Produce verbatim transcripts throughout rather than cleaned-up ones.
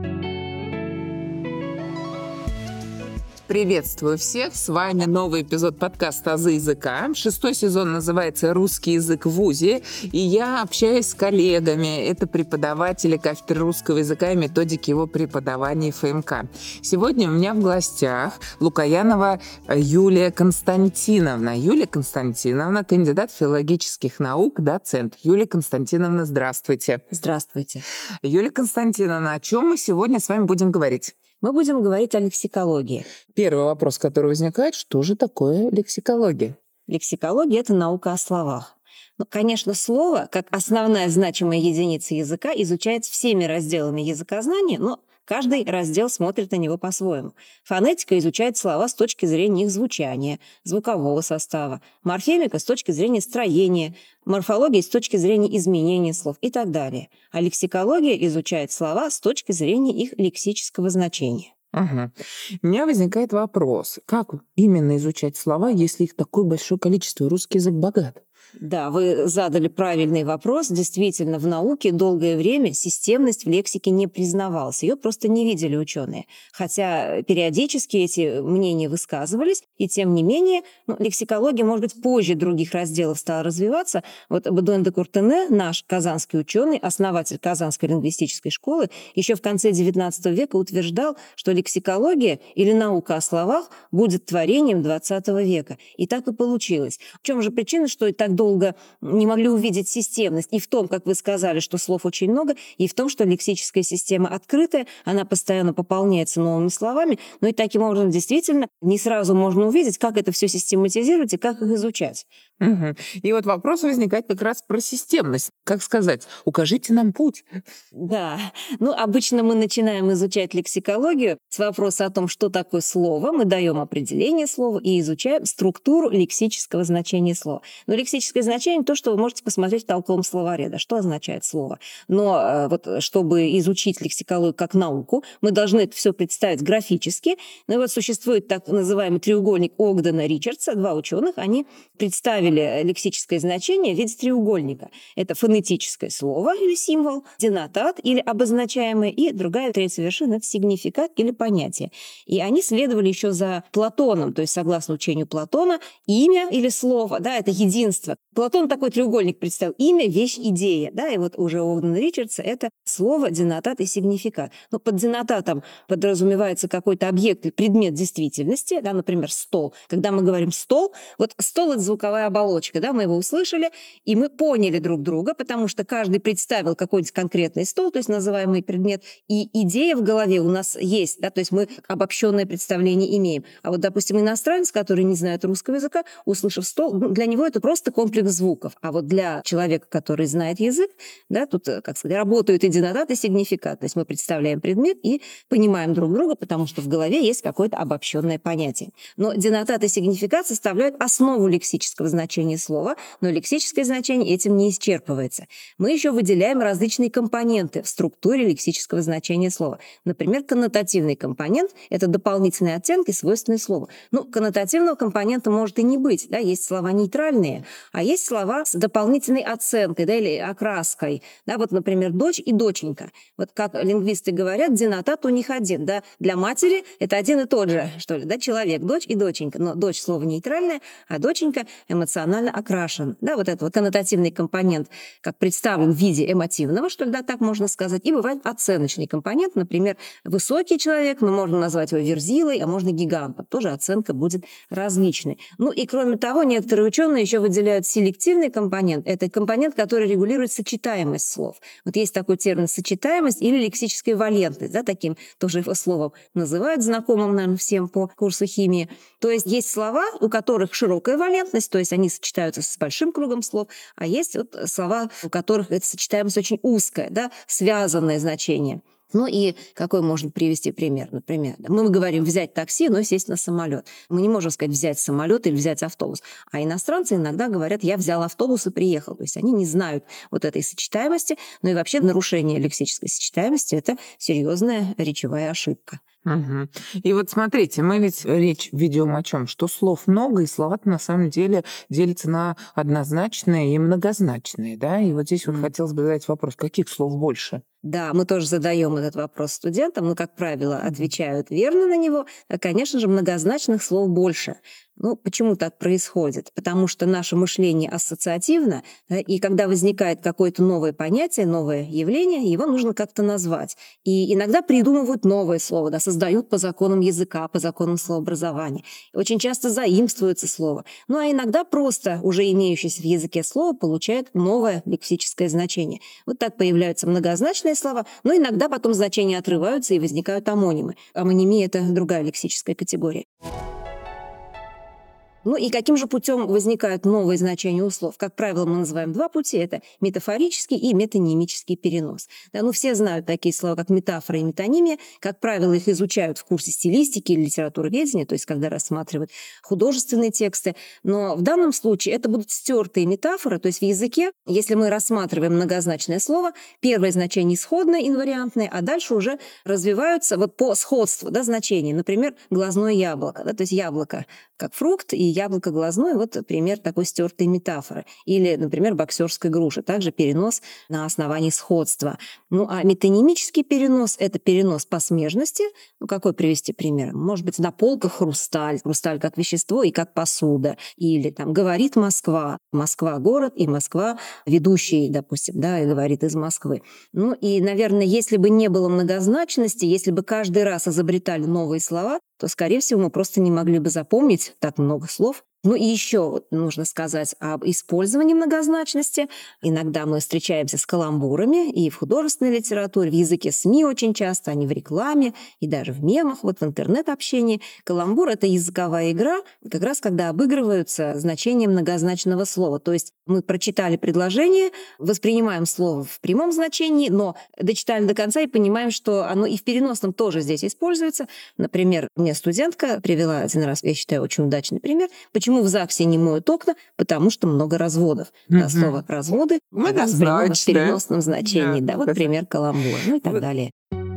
Приветствую всех! С вами новый эпизод подкаста «Азы языка». Шестой сезон называется «Русский язык в ВУЗе», и я общаюсь с коллегами. Это преподаватели кафедры русского языка и методики его преподавания ФМК. Сегодня у меня в гостях Лукаянова Юлия Константиновна. Юлия Константиновна, кандидат филологических наук, доцент. Юлия Константиновна, здравствуйте. Здравствуйте. Юлия Константиновна, о чем мы сегодня с вами будем говорить? Мы будем говорить о лексикологии. Первый вопрос, который возникает, что же такое лексикология? Лексикология – это наука о словах. Ну, конечно, слово, как основная значимая единица языка, изучается всеми разделами языкознания, но каждый раздел смотрит на него по-своему. Фонетика изучает слова с точки зрения их звучания, звукового состава, морфемика с точки зрения строения, морфология с точки зрения изменения слов и так далее. А лексикология изучает слова с точки зрения их лексического значения. Угу. У меня возникает вопрос, как именно изучать слова, если их такое большое количество, и русский язык богат? Да, вы задали правильный вопрос. Действительно, в науке долгое время системность в лексике не признавалась. Ее просто не видели ученые. Хотя периодически эти мнения высказывались, и тем не менее, ну, лексикология, может быть, позже других разделов стала развиваться. Вот Бодуэн де Куртене, наш казанский ученый, основатель Казанской лингвистической школы, еще в конце девятнадцатого века утверждал, что лексикология или наука о словах будет творением двадцатого века. И так и получилось. В чем же причина, что и так долго долго не могли увидеть системность и в том, как вы сказали, что слов очень много, и в том, что лексическая система открытая, она постоянно пополняется новыми словами, но и таким образом действительно не сразу можно увидеть, как это все систематизировать и как их изучать. Угу. И вот вопрос возникает как раз про системность. Как сказать, укажите нам путь. Да, ну обычно мы начинаем изучать лексикологию с вопроса о том, что такое слово, мы даем определение слова и изучаем структуру лексического значения слова. Но лексическое значение – то, что вы можете посмотреть в толковом словаре, да, что означает слово. Но вот чтобы изучить лексикологию как науку, мы должны это все представить графически. Ну и вот существует так называемый треугольник Огдена-Ричардса, два ученых, они представили лексическое значение в виде треугольника. Это фонетическое слово или символ, денотат или обозначаемое, и другая, третья вершина – это сигнификат или понятие. И они следовали еще за Платоном, то есть согласно учению Платона, имя или слово, да, это единство. Платон такой треугольник представил: имя, вещь, идея, да, и вот уже у Огдена Ричардса это слово, денотат и сигнификат. Но под денотатом подразумевается какой-то объект или предмет действительности, да, например, стол. Когда мы говорим «стол», вот стол – это звуковая оболочка, да, мы его услышали, и мы поняли друг друга, потому что каждый представил какой-нибудь конкретный стол, то есть называемый предмет, и идея в голове у нас есть, да, то есть мы обобщенное представление имеем. А вот, допустим, иностранец, который не знает русского языка, услышав стол, ну, для него это просто комплекс звуков. А вот для человека, который знает язык, да, тут, как сказать, работают и денотат, и сигнификат. То есть мы представляем предмет и понимаем друг друга, потому что в голове есть какое-то обобщенное понятие. Но денотат и сигнификат составляют основу лексического значения слова, но лексическое значение этим не исчерпывается. Мы еще выделяем различные компоненты в структуре лексического значения слова. Например, коннотативный компонент – это дополнительные оттенки, свойственные слову. Ну, коннотативного компонента может и не быть. Да? Есть слова нейтральные, а есть слова с дополнительной оценкой, да, или окраской. Да? Вот, например, дочь и доченька. Вот как лингвисты говорят, денотат у них один. Да? Для матери это один и тот же, что ли, да? Человек, дочь и доченька. Но дочь – слово нейтральное, а доченька эмоционально окрашен. Да? Вот этот вот коннотативный компонент как представлен в виде эмотивного, что ли, да, так можно сказать. И бывает оценочный компонент. Например, высокий человек, но можно назвать его верзилой, а можно гигантом. Тоже оценка будет различной. Ну и кроме того, некоторые ученые еще выделяют селективный компонент. Это компонент, который регулирует сочетаемость слов. Вот есть такой термин сочетаемость или лексическая валентность. Да, таким тоже его словом называют, знакомым, наверное, всем по курсу химии. То есть есть слова, у которых широкая валентность, то есть они сочетаются с большим кругом слов, а есть вот слова, у которых эта сочетаемость очень узкая, да, связанное значение. Ну и какой можно привести пример? Например, мы говорим взять такси, но сесть на самолет. Мы не можем сказать взять самолет или взять автобус. А иностранцы иногда говорят: я взял автобус и приехал. То есть они не знают вот этой сочетаемости. Ну и вообще нарушение лексической сочетаемости – это серьезная речевая ошибка. Мгм. И вот смотрите, мы ведь речь ведем о чем? Что слов много, и слова на самом деле делятся на однозначные и многозначные, да? И вот здесь вот М. хотелось бы задать вопрос, каких слов больше? Да, мы тоже задаем этот вопрос студентам, но, как правило, Мгм. отвечают верно на него. А, Конечно же, многозначных слов больше. Ну, почему так происходит? Потому что наше мышление ассоциативно, да, и когда возникает какое-то новое понятие, новое явление, его нужно как-то назвать. И иногда придумывают новое слово, да, создают по законам языка, по законам словообразования. Очень часто заимствуется слово. Ну, а иногда просто уже имеющееся в языке слово получает новое лексическое значение. Вот так появляются многозначные слова, но иногда потом значения отрываются и возникают омонимы. Амонимия – это другая лексическая категория. Ну и каким же путем возникают новые значения у слов? Как правило, мы называем два пути. Это метафорический и метонимический перенос. Да, ну все знают такие слова, как метафора и метонимия. Как правило, их изучают в курсе стилистики или литературоведения, то есть когда рассматривают художественные тексты. Но в данном случае это будут стертые метафоры, то есть в языке, если мы рассматриваем многозначное слово, первое значение исходное, инвариантное, а дальше уже развиваются вот по сходству, да, значения. Например, глазное яблоко. Да, то есть яблоко как фрукт и яблоко глазное, вот пример такой стертой метафоры. Или, например, боксерская груша, также перенос на основании сходства. Ну, а метонимический перенос – это перенос по смежности. Ну, какой привести пример? Может быть, на полках хрусталь, хрусталь как вещество и как посуда. Или там говорит Москва, Москва – город, и Москва – ведущий, допустим, да, и говорит из Москвы. Ну, и, наверное, если бы не было многозначности, если бы каждый раз изобретали новые слова, то, скорее всего, мы просто не могли бы запомнить так много слов. Ну и еще вот нужно сказать об использовании многозначности. Иногда мы встречаемся с каламбурами и в художественной литературе, в языке СМИ очень часто, они в рекламе и даже в мемах, вот в интернет-общении. Каламбур – это языковая игра, как раз когда обыгрываются значения многозначного слова. То есть мы прочитали предложение, воспринимаем слово в прямом значении, но дочитали до конца и понимаем, что оно и в переносном тоже здесь используется. Например, мне студентка привела один раз, я считаю, очень удачный пример. Почему в ЗАГСе не моют окна? Потому что много разводов. Мгм. Да, слово «разводы» воспринимаем в переносном значении. Да, Да, вот это- пример каламбура, ну и так Вот. далее.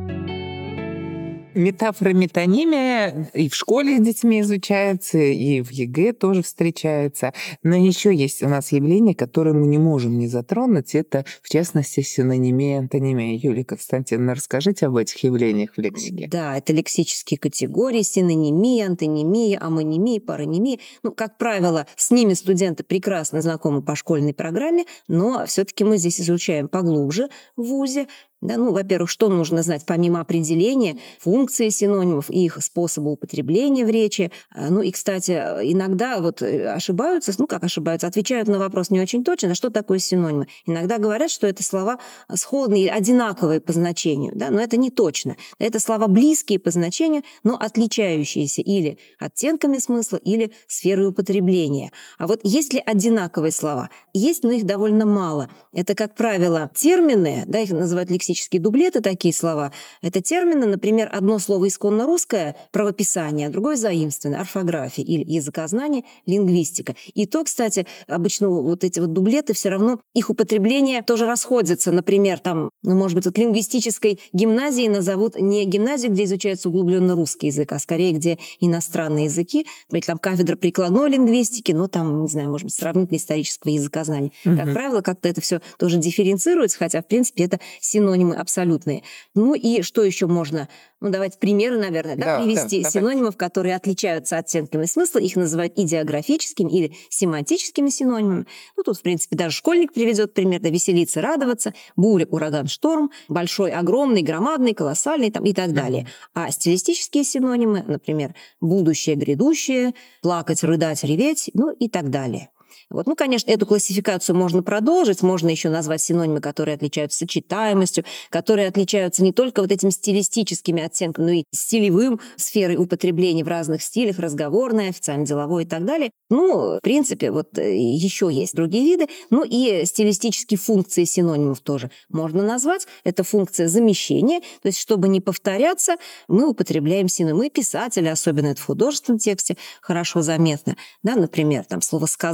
Метафора, метонимия и в школе с детьми изучается, и в ЕГЭ тоже встречается. Но еще есть у нас явление, которое мы не можем не затронуть. Это, в частности, синонимия и антонимия. Юлия Константиновна, расскажите об этих явлениях в лексике. Да, это лексические категории: синонимия, антонимия, амонимия, паронимия. Ну, как правило, с ними студенты прекрасно знакомы по школьной программе, но все-таки мы здесь изучаем поглубже в ВУЗе. Да, ну, во-первых, что нужно знать помимо определения, функции синонимов и их способа употребления в речи. А, Ну и, кстати, иногда вот э, ошибаются, ну как ошибаются, отвечают на вопрос не очень точно, что такое синонимы. Иногда говорят, что это слова сходные, одинаковые по значению, да, но это не точно. Это слова близкие по значению, но отличающиеся или оттенками смысла, или сферой употребления. А вот есть ли одинаковые слова? Есть, но их довольно мало. Это, как правило, термины, да, их называют лексические дублеты, такие слова. Это термины, например, одно слово исконно русское – правописание, другое – заимствованное, орфография или языкознание, лингвистика. И то, кстати, обычно вот эти вот дублеты, все равно их употребление тоже расходится. Например, там, ну, может быть, вот лингвистической гимназии назовут не гимназию, где изучается углубленно русский язык, а скорее, где иностранные языки. Или там кафедра прикладной лингвистики, ну, там, не знаю, может быть, сравнительно исторического языкознания. Мгм. Как правило, как-то это все тоже дифференцируется, хотя, в принципе, это синонимы абсолютные. Ну и что еще можно? Ну, давайте примеры, наверное, да, Да, привести да, давайте. синонимов, которые отличаются оттенками смысла. Их называют идеографическими или семантическими синонимами. Ну, тут, в принципе, даже школьник приведет пример. Да, веселиться, радоваться, буря, ураган, шторм, большой, огромный, громадный, колоссальный там, и так далее. А стилистические синонимы, например, будущее, грядущее, плакать, рыдать, реветь, ну и так далее. Вот. Ну, конечно, эту классификацию можно продолжить, можно еще назвать синонимы, которые отличаются сочетаемостью, которые отличаются не только вот этими стилистическими оттенками, но и стилевым сферой употребления в разных стилях, разговорное, официально-деловое и так далее. Ну, в принципе, вот э, еще есть другие виды. Ну и стилистические функции синонимов тоже можно назвать. Это функция замещения, то есть чтобы не повторяться, мы употребляем синонимы. Писатели, особенно это в художественном тексте, хорошо заметно. Да, например, там слово «сказал», вот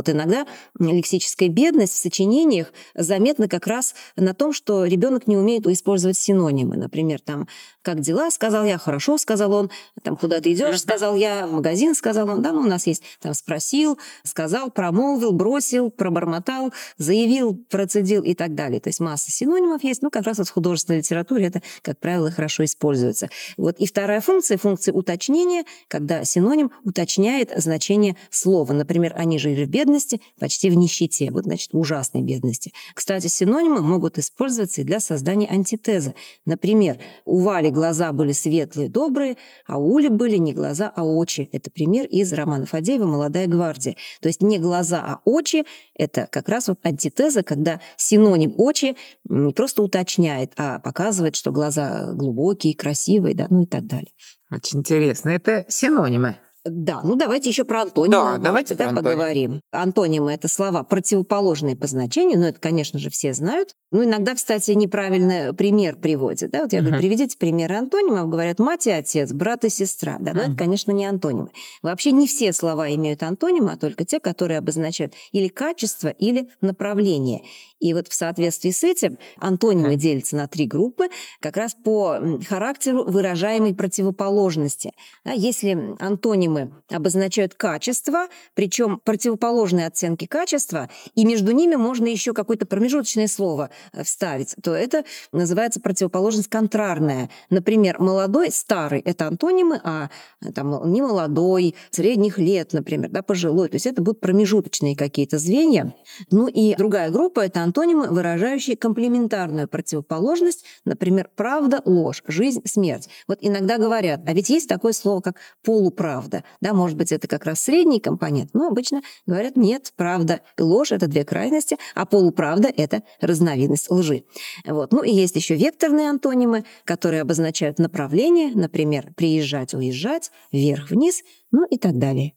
вот иногда лексическая бедность в сочинениях заметна как раз на том, что ребенок не умеет использовать синонимы. Например, там «как дела?» сказал я, «хорошо» сказал он, там «куда ты идешь?» сказал я, «в магазин» сказал он. Да, ну, у нас есть там «спросил», «сказал», «промолвил», «бросил», «пробормотал», «заявил», «процедил» и так далее. То есть масса синонимов есть. Ну, как раз вот в художественной литературе это, как правило, хорошо используется. Вот. И вторая функция, функция уточнения, когда синоним уточняет значение слова. Например, они жили в бедности, почти в нищете. Вот, значит, в ужасной бедности. Кстати, синонимы могут использоваться и для создания антитезы. Например, у Вали глаза были светлые, добрые, а у Ули были не глаза, а очи. Это пример из романа Фадеева «Молодая гвардия». То есть не глаза, а очи – это как раз вот антитеза, когда синоним «очи» не просто уточняет, а показывает, что глаза глубокие, красивые, да, ну и так далее. Очень интересно. Это синонимы. Да, ну давайте еще про антонимы. Да, давайте да, про антонимы. поговорим. Антонимы – это слова, противоположные по значению, но это, конечно же, все знают. Ну, иногда, кстати, неправильно пример приводят. Да? Вот я uh-huh. говорю, приведите примеры антонимов, говорят мать и отец, брат и сестра. Да, uh-huh. но это, конечно, не антонимы. Вообще не все слова имеют антонимы, а только те, которые обозначают или качество, или направление. И вот в соответствии с этим антонимы uh-huh. делятся на три группы, как раз по характеру выражаемой противоположности. Да, если антонимы обозначают качество, причем противоположные оценки качества, и между ними можно еще какое-то промежуточное слово вставить, то это называется противоположность контрарная. Например, молодой, старый – это антонимы, а там, не молодой, средних лет, например, да, пожилой. То есть это будут промежуточные какие-то звенья. Ну и другая группа – это антонимы, выражающие комплементарную противоположность, например, правда, ложь, жизнь, смерть. Вот иногда говорят, а ведь есть такое слово, как полуправда. Да, может быть, это как раз средний компонент, но обычно говорят, нет, правда и ложь – это две крайности, а полуправда – это разновидность лжи. Вот. Ну и есть еще векторные антонимы, которые обозначают направление, например, приезжать, уезжать, вверх-вниз, ну и так далее.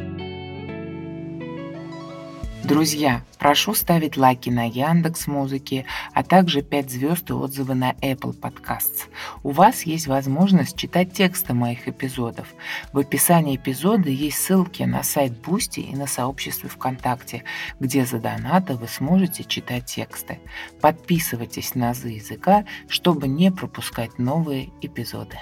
Друзья, прошу ставить лайки на Яндекс.Музыке, а также пять звезд и отзывы на Apple Podcasts. У вас есть возможность читать тексты моих эпизодов. В описании эпизода есть ссылки на сайт Boosty и на сообщество ВКонтакте, где за донаты вы сможете читать тексты. Подписывайтесь на «Азы языка», чтобы не пропускать новые эпизоды.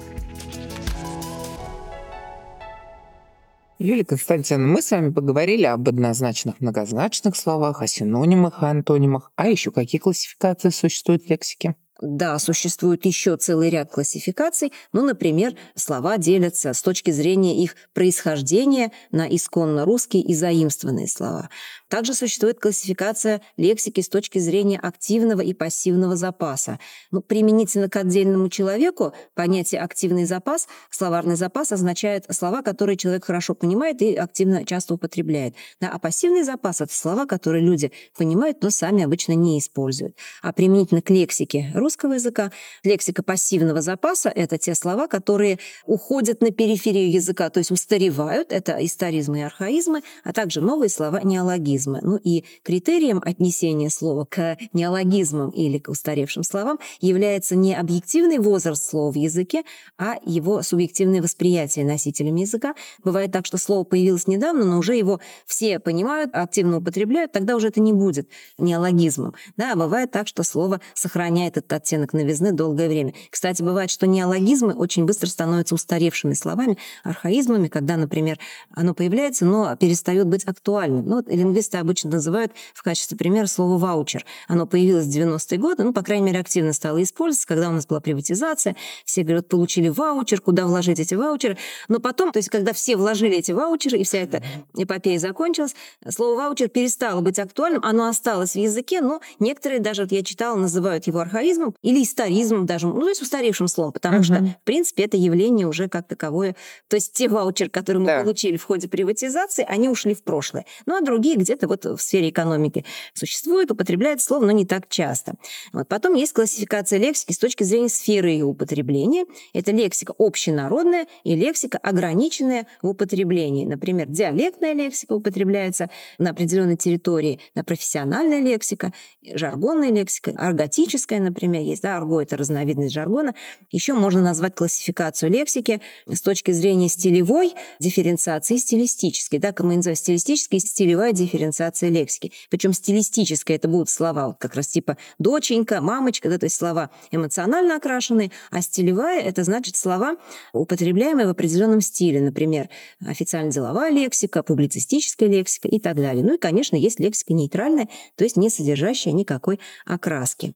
Юлия Константиновна, мы с вами поговорили об однозначных, многозначных словах, о синонимах и антонимах. А еще какие классификации существуют в лексике? Да, существует еще целый ряд классификаций. Ну, например, слова делятся с точки зрения их происхождения на исконно русские и заимствованные слова. Также существует классификация лексики с точки зрения активного и пассивного запаса. Ну, применительно к отдельному человеку понятие «активный запас», словарный запас означает слова, которые человек хорошо понимает и активно часто употребляет. Да, а пассивный запас – это слова, которые люди понимают, но сами обычно не используют. А применительно к лексике русского языка, лексика пассивного запаса – это те слова, которые уходят на периферию языка, то есть устаревают, это историзмы и архаизмы, а также новые слова неологизмы. Ну и критерием отнесения слова к неологизмам или к устаревшим словам является не объективный возраст слова в языке, а его субъективное восприятие носителями языка. Бывает так, что слово появилось недавно, но уже его все понимают, активно употребляют, тогда уже это не будет неологизмом. Да, а бывает так, что слово сохраняет этот оттенок новизны долгое время. Кстати, бывает, что неологизмы очень быстро становятся устаревшими словами, архаизмами, когда, например, оно появляется, но перестает быть актуальным. Ну, вот лингвисты обычно называют в качестве примера слово «ваучер». Оно появилось в девяностые годы, ну, по крайней мере, активно стало использоваться, когда у нас была приватизация. Все говорят, получили ваучер, куда вложить эти ваучеры. Но потом, то есть, когда все вложили эти ваучеры, и вся эта эпопея закончилась, слово «ваучер» перестало быть актуальным, оно осталось в языке, но некоторые, даже вот я читала, называют его архаизмом или историзмом даже, ну, то есть устаревшим словом, потому uh-huh. что, в принципе, это явление уже как таковое. То есть те ваучеры, которые мы да. получили в ходе приватизации, они ушли в прошлое. Ну, а другие где-то вот в сфере экономики существуют, употребляют слово, но не так часто. Вот. Потом есть классификация лексики с точки зрения сферы ее употребления. Это лексика общенародная и лексика ограниченная в употреблении. Например, диалектная лексика употребляется на определенной территории, на профессиональная лексика, жаргонная лексика, арготическая, например, например, есть, да, арго — это разновидность жаргона. Еще можно назвать классификацию лексики с точки зрения стилевой дифференциации и стилистической, да, как мы называем стилистической и стилевая дифференциация лексики. Причем стилистическая — это будут слова вот как раз типа «доченька», «мамочка», да, то есть слова эмоционально окрашенные, а стилевая — это значит слова, употребляемые в определенном стиле, например, официально-деловая лексика, публицистическая лексика и так далее. Ну и, конечно, есть лексика нейтральная, то есть не содержащая никакой окраски.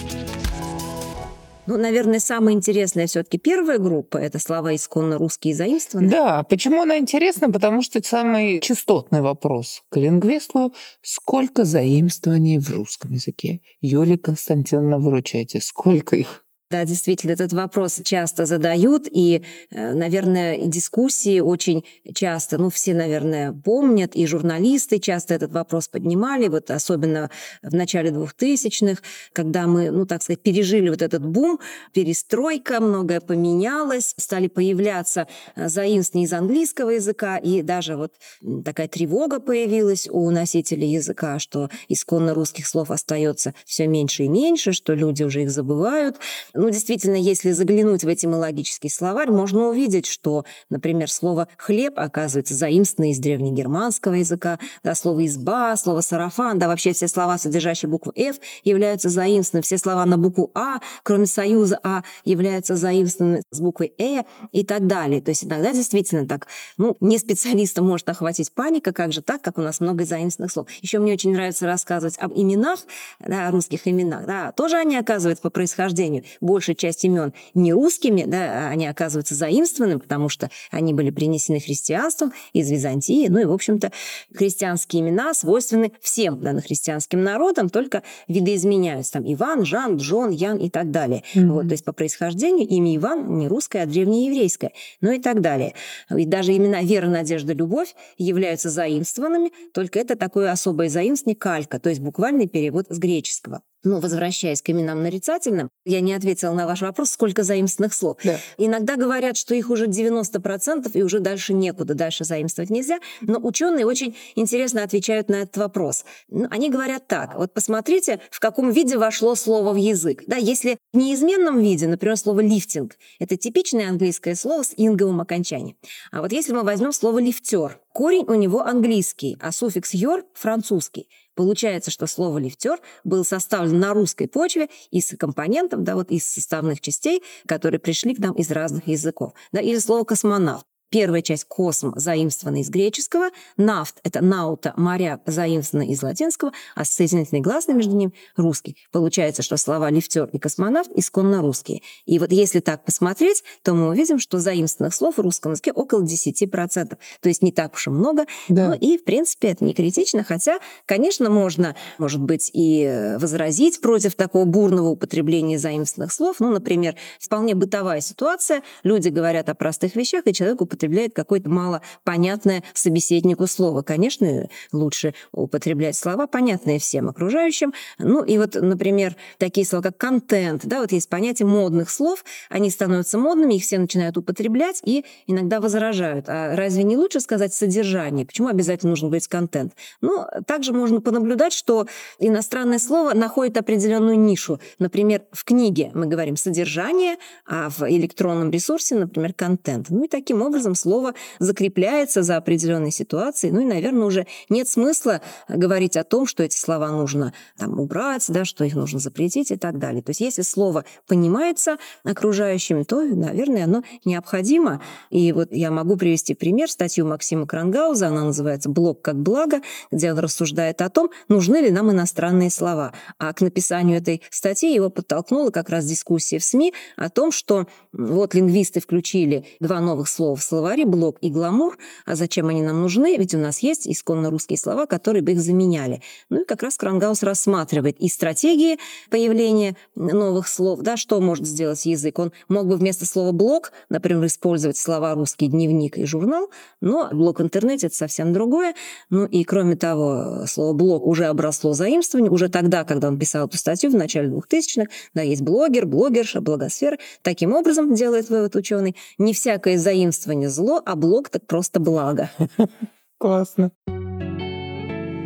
Ну, наверное, самая интересная все-таки первая группа — это слова исконно русские заимствованные. Да, почему она интересна? Потому что это самый частотный вопрос к лингвисту. Сколько заимствований в русском языке? Юлия Константиновна, выручайте, сколько их? Да, действительно, этот вопрос часто задают, и, наверное, дискуссии очень часто, ну, все, наверное, помнят, и журналисты часто этот вопрос поднимали, вот особенно в начале двухтысячных, когда мы, ну, так сказать, пережили вот этот бум, перестройка, многое поменялось, стали появляться заимствования из английского языка, и даже вот такая тревога появилась у носителей языка, что исконно русских слов остается все меньше и меньше, что люди уже их забывают. Ну, действительно, если заглянуть в этимологический словарь, можно увидеть, что, например, слово «хлеб» оказывается заимствовано из древнегерманского языка, да, слово «изба», слово «сарафан», да, вообще все слова, содержащие букву «ф», являются заимствованы, все слова на букву «а», кроме союза «а», являются заимствованы с буквой «э» и так далее. То есть иногда действительно так, ну, не специалиста может охватить паника, как же так, как у нас много заимствованных слов. Еще мне очень нравится рассказывать об именах, да, о русских именах, да, тоже они оказываются по происхождению, большая часть имен не русскими, да, они оказываются заимствованными, потому что они были принесены христианством из Византии. Ну и, в общем-то, христианские имена свойственны всем данным христианским народам, только видоизменяются. Там Иван, Жан, Джон, Ян и так далее. Mm-hmm. Вот, то есть по происхождению имя Иван не русское, а древнееврейское. Ну и так далее. И даже имена Вера, Надежда, Любовь являются заимствованными, только это такое особое заимствование калька, то есть буквальный перевод с греческого. Ну, возвращаясь к именам нарицательным, я не ответила на ваш вопрос, сколько заимственных слов. Да. Иногда говорят, что их уже девяносто процентов, и уже дальше некуда, дальше заимствовать нельзя. Но ученые очень интересно отвечают на этот вопрос. Они говорят так: вот посмотрите, в каком виде вошло слово в язык. Да, если в неизменном виде, например, слово «лифтинг», это типичное английское слово с инговым окончанием. А вот если мы возьмем слово «лифтер», корень у него английский, а суффикс «ёр» — французский. Получается, что слово «лифтер» было составлено на русской почве из компонентов, да, вот из составных частей, которые пришли к нам из разных языков. Да, или слово «космонавт». Первая часть «косм» заимствована из греческого, «нафт» — это «наута», «моряк» заимствована из латинского, а соединительный гласный между ними — русский. Получается, что слова «лифтер» и «космонавт» исконно русские. И вот если так посмотреть, то мы увидим, что заимствованных слов в русском языке около десять процентов. То есть не так уж и много. Да. Ну и, в принципе, это не критично. Хотя, конечно, можно, может быть, и возразить против такого бурного употребления заимствованных слов. Ну, например, вполне бытовая ситуация. Люди говорят о простых вещах, и человек употребляет употребляет какое-то малопонятное собеседнику слово. Конечно, лучше употреблять слова, понятные всем окружающим. Ну и вот, например, такие слова, как контент, да, вот есть понятие модных слов, они становятся модными, их все начинают употреблять и иногда возражают. А разве не лучше сказать содержание? Почему обязательно нужно говорить контент? Ну, также можно понаблюдать, что иностранное слово находит определенную нишу. Например, в книге мы говорим содержание, а в электронном ресурсе, например, контент. Ну и таким образом слово закрепляется за определенной ситуацией. Ну и, наверное, уже нет смысла говорить о том, что эти слова нужно там убрать, да, что их нужно запретить и так далее. То есть если слово понимается окружающими, то, наверное, оно необходимо. И вот я могу привести пример, статью Максима Крангауза, она называется «Блог как благо», где он рассуждает о том, нужны ли нам иностранные слова. А к написанию этой статьи его подтолкнула как раз дискуссия в СМИ о том, что вот лингвисты включили два новых слова в словари, блог и гламур, а зачем они нам нужны? Ведь у нас есть исконно русские слова, которые бы их заменяли. Ну и как раз Крангаус рассматривает и стратегии появления новых слов, да, что может сделать язык. Он мог бы вместо слова «блог», например, использовать слова «русский дневник» и «журнал», но блог в интернете — это совсем другое. Ну и кроме того, слово «блог» уже обросло заимствованием. Уже тогда, когда он писал эту статью в начале двухтысячных, да, есть блогер, блогерша, блогосфера. Таким образом, делает вывод ученый, не всякое заимствование зло, а блог так просто благо. Классно.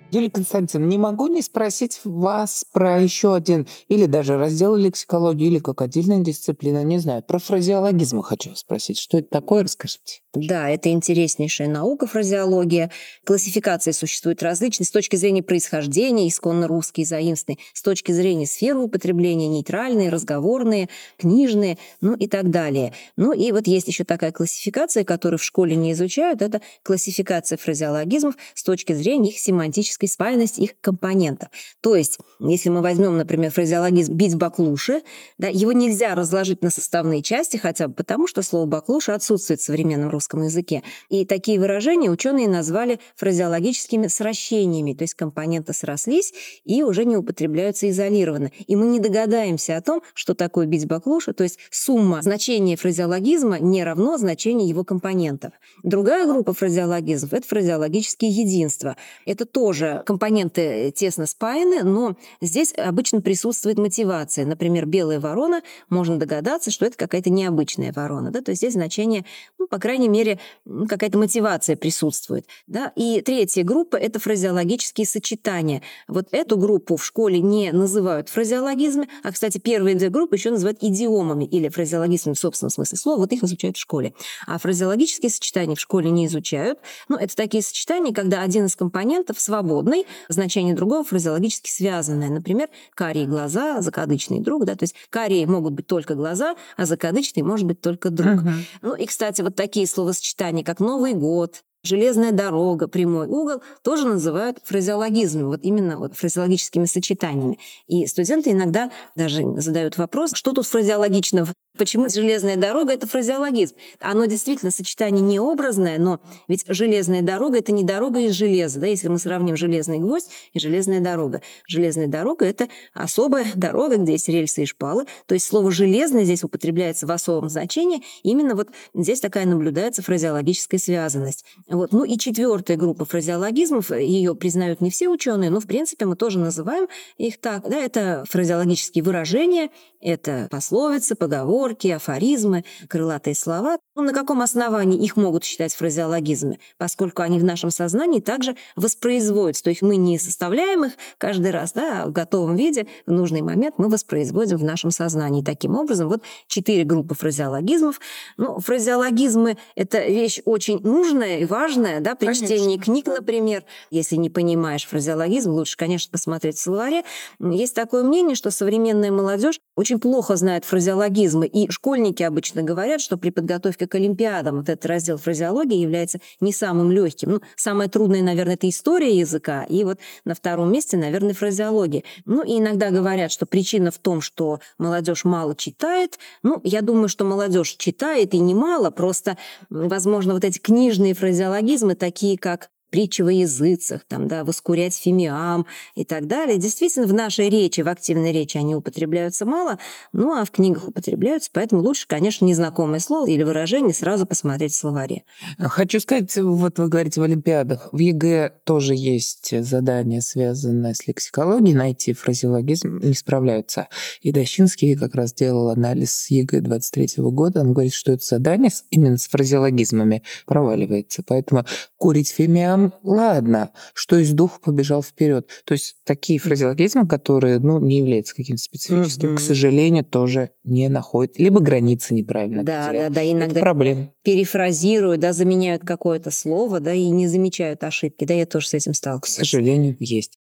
Юлия Константиновна, не могу не спросить вас про еще один, или даже раздел лексикологии, или как отдельная дисциплина, не знаю, про фразеологизмы хочу спросить. Что это такое, расскажите. Да, это интереснейшая наука, фразеология. Классификации существуют различные с точки зрения происхождения, исконно русские, заимственные, с точки зрения сферы употребления, нейтральные, разговорные, книжные, ну и так далее. Ну и вот есть еще такая классификация, которую в школе не изучают, это классификация фразеологизмов с точки зрения их семантической спаянности, их компонентов. То есть, если мы возьмем, например, фразеологизм «бить баклуши», да, его нельзя разложить на составные части, хотя бы потому, что слово «баклуша» отсутствует в современном русском языке. И такие выражения ученые назвали фразеологическими сращениями, то есть компоненты срослись и уже не употребляются изолированно. И мы не догадаемся о том, что такое «бить баклуша», то есть сумма значения фразеологизма не равно значению его компонентов. Другая группа фразеологизмов – это фразеологические единства. Это тоже компоненты тесно спаяны, но здесь обычно присутствует мотивация. Например, белая ворона, можно догадаться, что это какая-то необычная ворона. Да? То есть здесь значение, ну, по крайней мере, какая-то мотивация присутствует. Да? И третья группа – это фразеологические сочетания. Вот эту группу в школе не называют фразеологизмами, а, кстати, первые две группы еще называют идиомами или фразеологизмами в собственном смысле слова. Вот их изучают в школе. А фразеологические сочетания в школе не изучают. Ну, это такие сочетания, когда один из компонентов свободный, значение другого фразеологически связанное. Например, карие глаза, закадычный друг. Да? То есть карие могут быть только глаза, а закадычный может быть только друг. Угу. Ну и, кстати, вот такие словосочетания, как «Новый год», «железная дорога», «прямой угол» тоже называют фразеологизмами, вот именно вот фразеологическими сочетаниями. И студенты иногда даже задают вопрос, что тут фразеологичного? Почему железная дорога – это фразеологизм? Оно действительно сочетание не образное, но ведь железная дорога – это не дорога из железа. Да? Если мы сравним железный гвоздь и железная дорога. Железная дорога – это особая дорога, где есть рельсы и шпалы. То есть слово «железный» здесь употребляется в особом значении. Именно вот здесь такая наблюдается фразеологическая связанность. Вот. Ну и четвертая группа фразеологизмов, ее признают не все ученые, но в принципе мы тоже называем их так. Да, это фразеологические выражения, это пословицы, поговорки, афоризмы, крылатые слова. Ну, на каком основании их могут считать фразеологизмами? Поскольку они в нашем сознании также воспроизводятся. То есть мы не составляем их каждый раз, да, а в готовом виде в нужный момент мы воспроизводим в нашем сознании. Таким образом, вот четыре группы фразеологизмов. Ну, фразеологизмы – это вещь очень нужная и важная, да, при Конечно. чтении книг, например. Если не понимаешь фразеологизм, лучше, конечно, посмотреть в словаре. Есть такое мнение, что современная молодежь очень плохо знает фразеологизмы, и школьники обычно говорят, что при подготовке к олимпиадам вот этот раздел фразеологии является не самым легким. Ну, самое трудное, наверное, это история языка, и вот на втором месте, наверное, фразеология. Ну, и иногда говорят, что причина в том, что молодежь мало читает. Ну, я думаю, что молодежь читает и немало, просто, возможно, вот эти книжные фразеологизмы, такие как притчи во языцах, там, да, воскурять фимиам и так далее. Действительно, в нашей речи, в активной речи они употребляются мало, ну а в книгах употребляются, поэтому лучше, конечно, незнакомое слово или выражение сразу посмотреть в словаре. Хочу сказать, вот вы говорите в олимпиадах, в ЕГЭ тоже есть задание, связанное с лексикологией, найти фразеологизм, не справляются. И Дощинский как раз делал анализ ЕГЭ двадцать третьего года, он говорит, что это задание именно с фразеологизмами проваливается, поэтому курить фимиам ладно, что из духа побежал вперед. То есть такие фразеологизмы, которые, ну, не являются каким-то специфическим, mm-hmm. к сожалению, тоже не находят. Либо границы неправильно да, определяют. Да, да, иногда это проблема. Перефразируют, да, заменяют какое-то слово, да, и не замечают ошибки. Да, я тоже с этим сталкиваюсь. К сожалению, есть.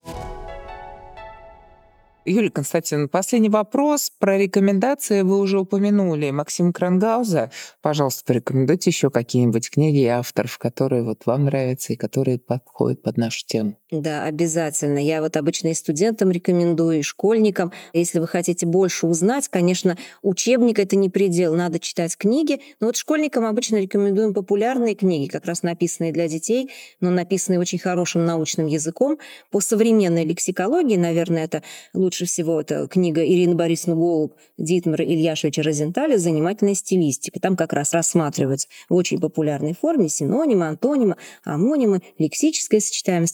Юлия Константиновна, последний вопрос про рекомендации вы уже упомянули. Максима Крангауза, пожалуйста, порекомендуйте еще какие-нибудь книги и авторов, которые вот вам нравятся и которые подходят под нашу тему. Да, обязательно. Я вот обычно и студентам рекомендую, и школьникам. Если вы хотите больше узнать, конечно, учебник — это не предел, надо читать книги. Но вот школьникам обычно рекомендуем популярные книги, как раз написанные для детей, но написанные очень хорошим научным языком. По современной лексикологии, наверное, это лучше всего это книга Ирины Борисовны Голуб, Дитмара Ильяшевича Розенталя «Занимательная стилистика». Там как раз рассматриваются в очень популярной форме синонимы, антонимы, омонимы, лексическая сочетаемость и так далее.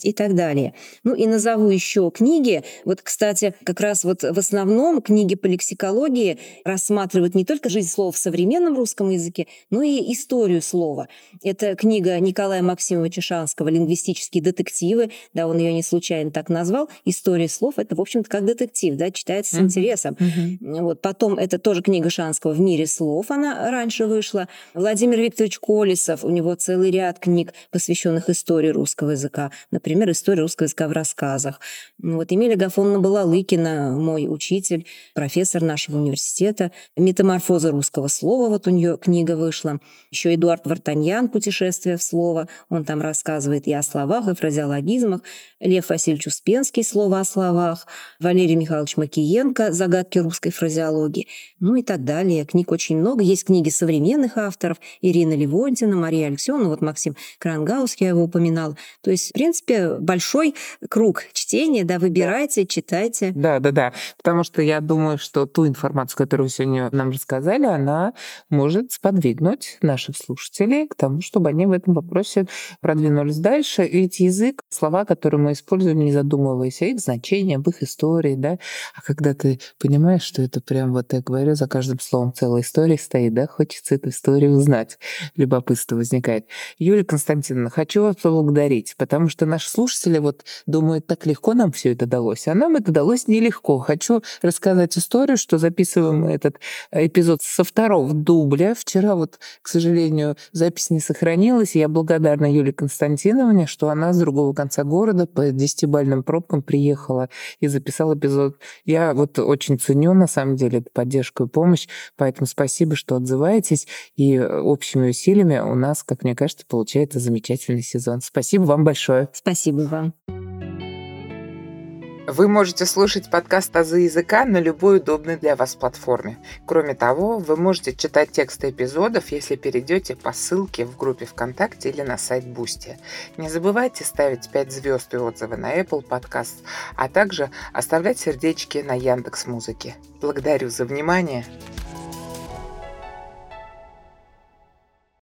далее. Ну и назову еще книги. Вот, кстати, как раз вот в основном книги по лексикологии рассматривают не только жизнь слова в современном русском языке, но и историю слова. Это книга Николая Максимовича Шанского «Лингвистические детективы». Да, он ее не случайно так назвал. История слов — это, в общем-то, как детектив, да, читается с mm-hmm. интересом. Mm-hmm. Вот. Потом это тоже книга Шанского «В мире слов», она раньше вышла. Владимир Викторович Колесов, у него целый ряд книг, посвященных истории русского языка. Например, «История русского языка в рассказах». Вот Эмилия Агафоновна Балалыкина, мой учитель, профессор нашего университета. «Метаморфоза русского слова», вот у нее книга вышла. Еще Эдуард Вартаньян «Путешествие в слово». Он там рассказывает и о словах, и фразеологизмах. Лев Васильевич Успенский «Слово о словах». Валерий Михайлович Макиенко «Загадки русской фразеологии». Ну и так далее. Книг очень много. Есть книги современных авторов. Ирина Левонтина, Мария Алексеевна, вот Максим Крангаус, я его упоминал. То есть, в принципе, большой круг чтения, да, выбирайте, читайте. Да, да, да. Потому что я думаю, что ту информацию, которую вы сегодня нам рассказали, она может сподвигнуть наших слушателей к тому, чтобы они в этом вопросе продвинулись дальше. Ведь язык, слова, которые мы используем, не задумываясь о их значении, об их истории, да. А когда ты понимаешь, что это прям, вот я говорю, за каждым словом целая история стоит, да, хочется эту историю узнать. Любопытство возникает. Юлия Константиновна, хочу вас поблагодарить, потому что наши слушатели вот думают, так легко нам все это далось, а нам это далось нелегко. Хочу рассказать историю, что записываем мы этот эпизод со второго дубля. Вчера вот, к сожалению, запись не сохранилась. Я благодарна Юлии Константиновне, что она с другого конца города по десятибалльным пробкам приехала и записала эпизод. Я вот очень ценю, на самом деле, эту поддержку и помощь, поэтому спасибо, что отзываетесь, и общими усилиями у нас, как мне кажется, получается замечательный сезон. Спасибо вам большое. Спасибо вам. Вы можете слушать подкаст «Азы языка» на любой удобной для вас платформе. Кроме того, вы можете читать тексты эпизодов, если перейдете по ссылке в группе ВКонтакте или на сайт Boosty. Не забывайте ставить пять звезд и отзывы на Apple Podcast, а также оставлять сердечки на Яндекс.Музыке. Благодарю за внимание.